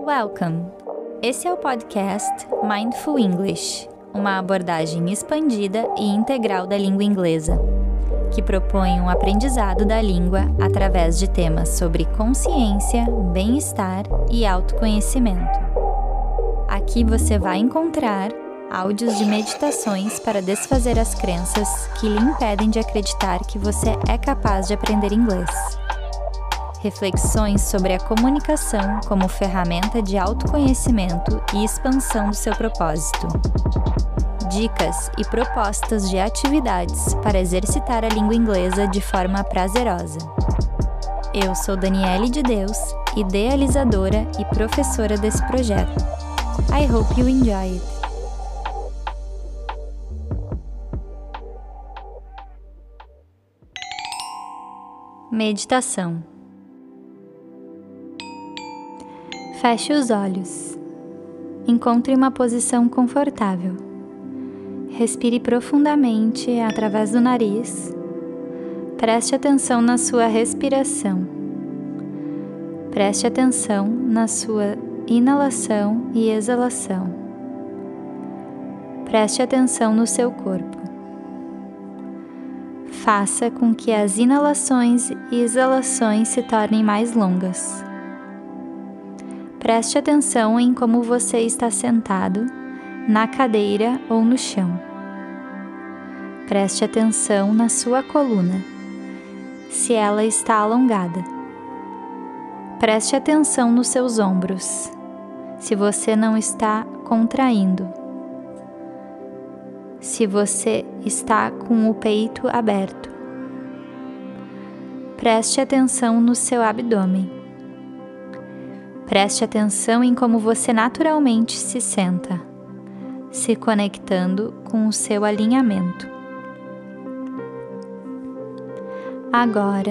Welcome! Esse é o podcast Mindful English, uma abordagem expandida e integral da língua inglesa, que propõe um aprendizado da língua através de temas sobre consciência, bem-estar e autoconhecimento. Aqui você vai encontrar áudios de meditações para desfazer as crenças que lhe impedem de acreditar que você é capaz de aprender inglês. Reflexões sobre a comunicação como ferramenta de autoconhecimento e expansão do seu propósito. Dicas e propostas de atividades para exercitar a língua inglesa de forma prazerosa. Eu sou Daniele de Deus, idealizadora e professora desse projeto. I hope you enjoy it. Meditação. Feche os olhos. Encontre uma posição confortável. Respire profundamente através do nariz. Preste atenção na sua respiração. Preste atenção na sua inalação e exalação. Preste atenção no seu corpo. Faça com que as inalações e exalações se tornem mais longas. Preste atenção em como você está sentado, na cadeira ou no chão. Preste atenção na sua coluna, se ela está alongada. Preste atenção nos seus ombros, se você não está contraindo. Se você está com o peito aberto. Preste atenção no seu abdômen. Preste atenção em como você naturalmente se senta, se conectando com o seu alinhamento. Agora,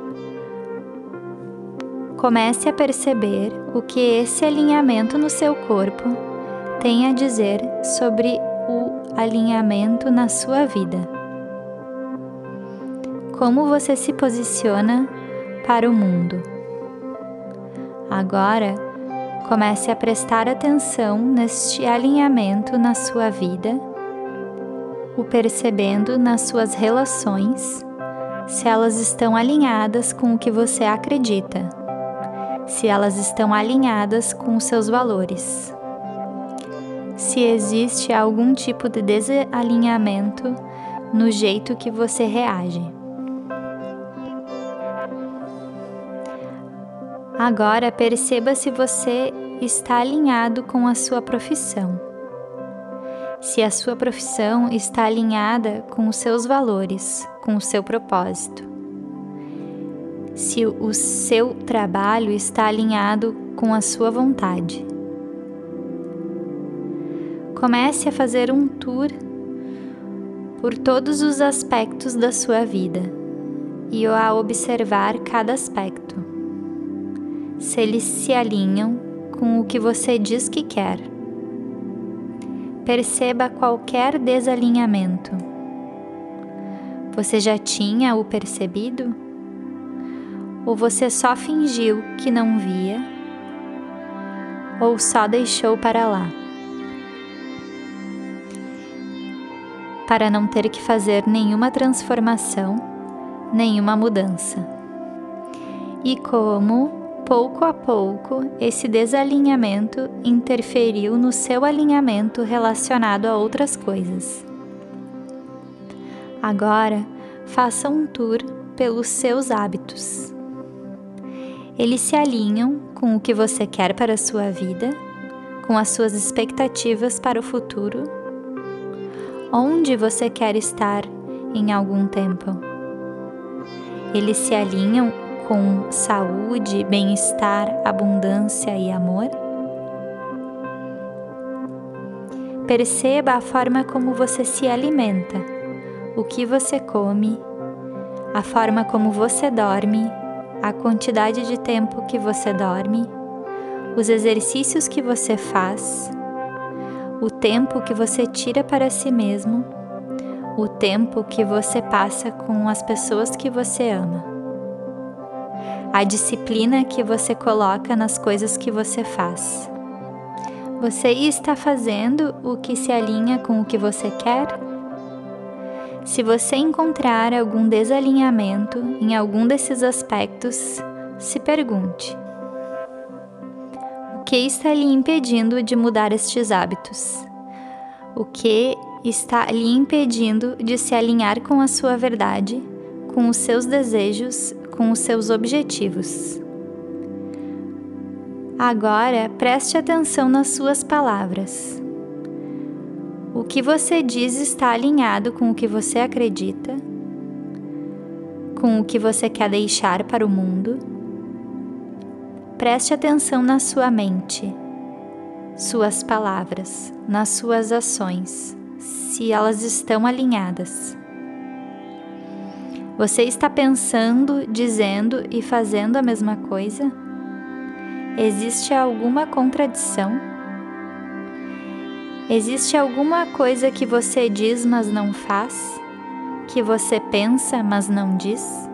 comece a perceber o que esse alinhamento no seu corpo tem a dizer sobre o alinhamento na sua vida. Como você se posiciona para o mundo. Agora, comece a prestar atenção neste alinhamento na sua vida, o percebendo nas suas relações, se elas estão alinhadas com o que você acredita, se elas estão alinhadas com os seus valores. Se existe algum tipo de desalinhamento no jeito que você reage. Agora perceba se você está alinhado com a sua profissão. Se a sua profissão está alinhada com os seus valores, com o seu propósito. Se o seu trabalho está alinhado com a sua vontade. Comece a fazer um tour por todos os aspectos da sua vida e a observar cada aspecto, se eles se alinham com o que você diz que quer. Perceba qualquer desalinhamento. Você já tinha o percebido? Ou você só fingiu que não via? Ou só deixou para lá? Para não ter que fazer nenhuma transformação, nenhuma mudança. E como, pouco a pouco, esse desalinhamento interferiu no seu alinhamento relacionado a outras coisas. Agora, faça um tour pelos seus hábitos. Eles se alinham com o que você quer para a sua vida, com as suas expectativas para o futuro. Onde você quer estar em algum tempo? Eles se alinham com saúde, bem-estar, abundância e amor? Perceba a forma como você se alimenta, o que você come, a forma como você dorme, a quantidade de tempo que você dorme, os exercícios que você faz, o tempo que você tira para si mesmo, o tempo que você passa com as pessoas que você ama. a disciplina que você coloca nas coisas que você faz. Você está fazendo o que se alinha com o que você quer? Se você encontrar algum desalinhamento em algum desses aspectos, se pergunte: o que está lhe impedindo de mudar estes hábitos? O que está lhe impedindo de se alinhar com a sua verdade, com os seus desejos, com os seus objetivos? Agora, preste atenção nas suas palavras. O que você diz está alinhado com o que você acredita, com o que você quer deixar para o mundo? Preste atenção na sua mente, suas palavras, nas suas ações, se elas estão alinhadas. Você está pensando, dizendo e fazendo a mesma coisa? Existe alguma contradição? Existe alguma coisa que você diz, mas não faz? Que você pensa, mas não diz?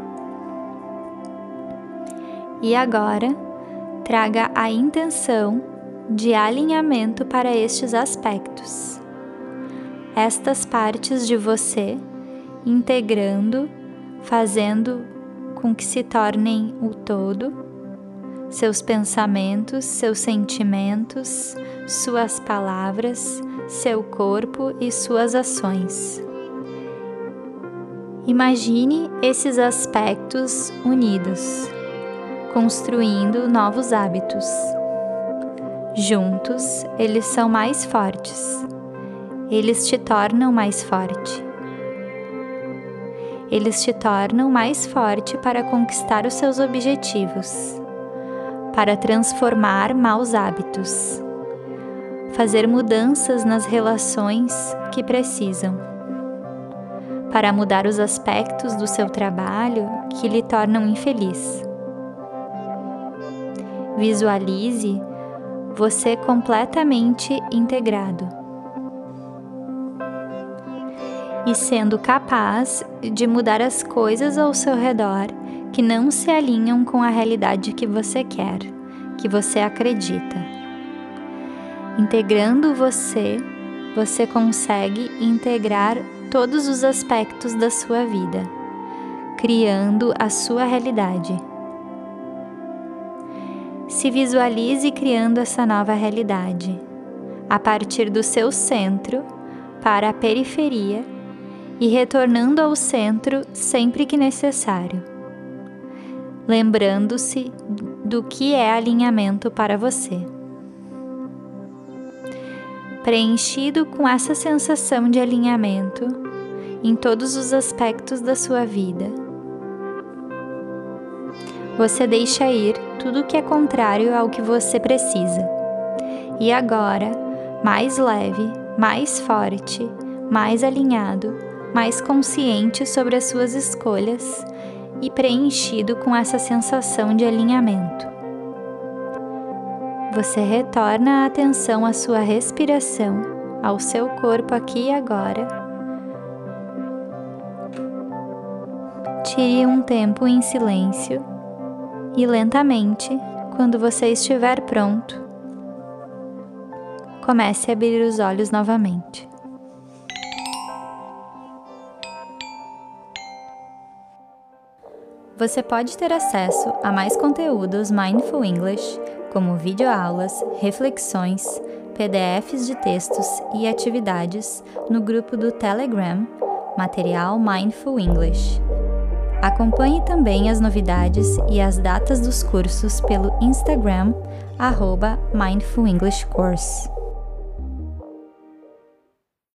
E agora, traga a intenção de alinhamento para estes aspectos. Estas partes de você, integrando, fazendo com que se tornem o todo, seus pensamentos, seus sentimentos, suas palavras, seu corpo e suas ações. Imagine esses aspectos unidos, construindo novos hábitos. Juntos, eles são mais fortes. Eles te tornam mais forte. Eles te tornam mais forte para conquistar os seus objetivos, para transformar maus hábitos, fazer mudanças nas relações que precisam, para mudar os aspectos do seu trabalho que lhe tornam infeliz. Visualize você completamente integrado e sendo capaz de mudar as coisas ao seu redor que não se alinham com a realidade que você quer, que você acredita. Integrando você, você consegue integrar todos os aspectos da sua vida, criando a sua realidade. Se visualize criando essa nova realidade, a partir do seu centro para a periferia e retornando ao centro sempre que necessário, lembrando-se do que é alinhamento para você. Preenchido com essa sensação de alinhamento em todos os aspectos da sua vida, você deixa ir tudo que é contrário ao que você precisa. E agora, mais leve, mais forte, mais alinhado, mais consciente sobre as suas escolhas e preenchido com essa sensação de alinhamento, você retorna a atenção à sua respiração, ao seu corpo aqui e agora. Tire um tempo em silêncio e lentamente, quando você estiver pronto, comece a abrir os olhos novamente. Você pode ter acesso a mais conteúdos Mindful English, como videoaulas, reflexões, PDFs de textos e atividades no grupo do Telegram, Material Mindful English. Acompanhe também as novidades e as datas dos cursos pelo Instagram, @Mindful English Course.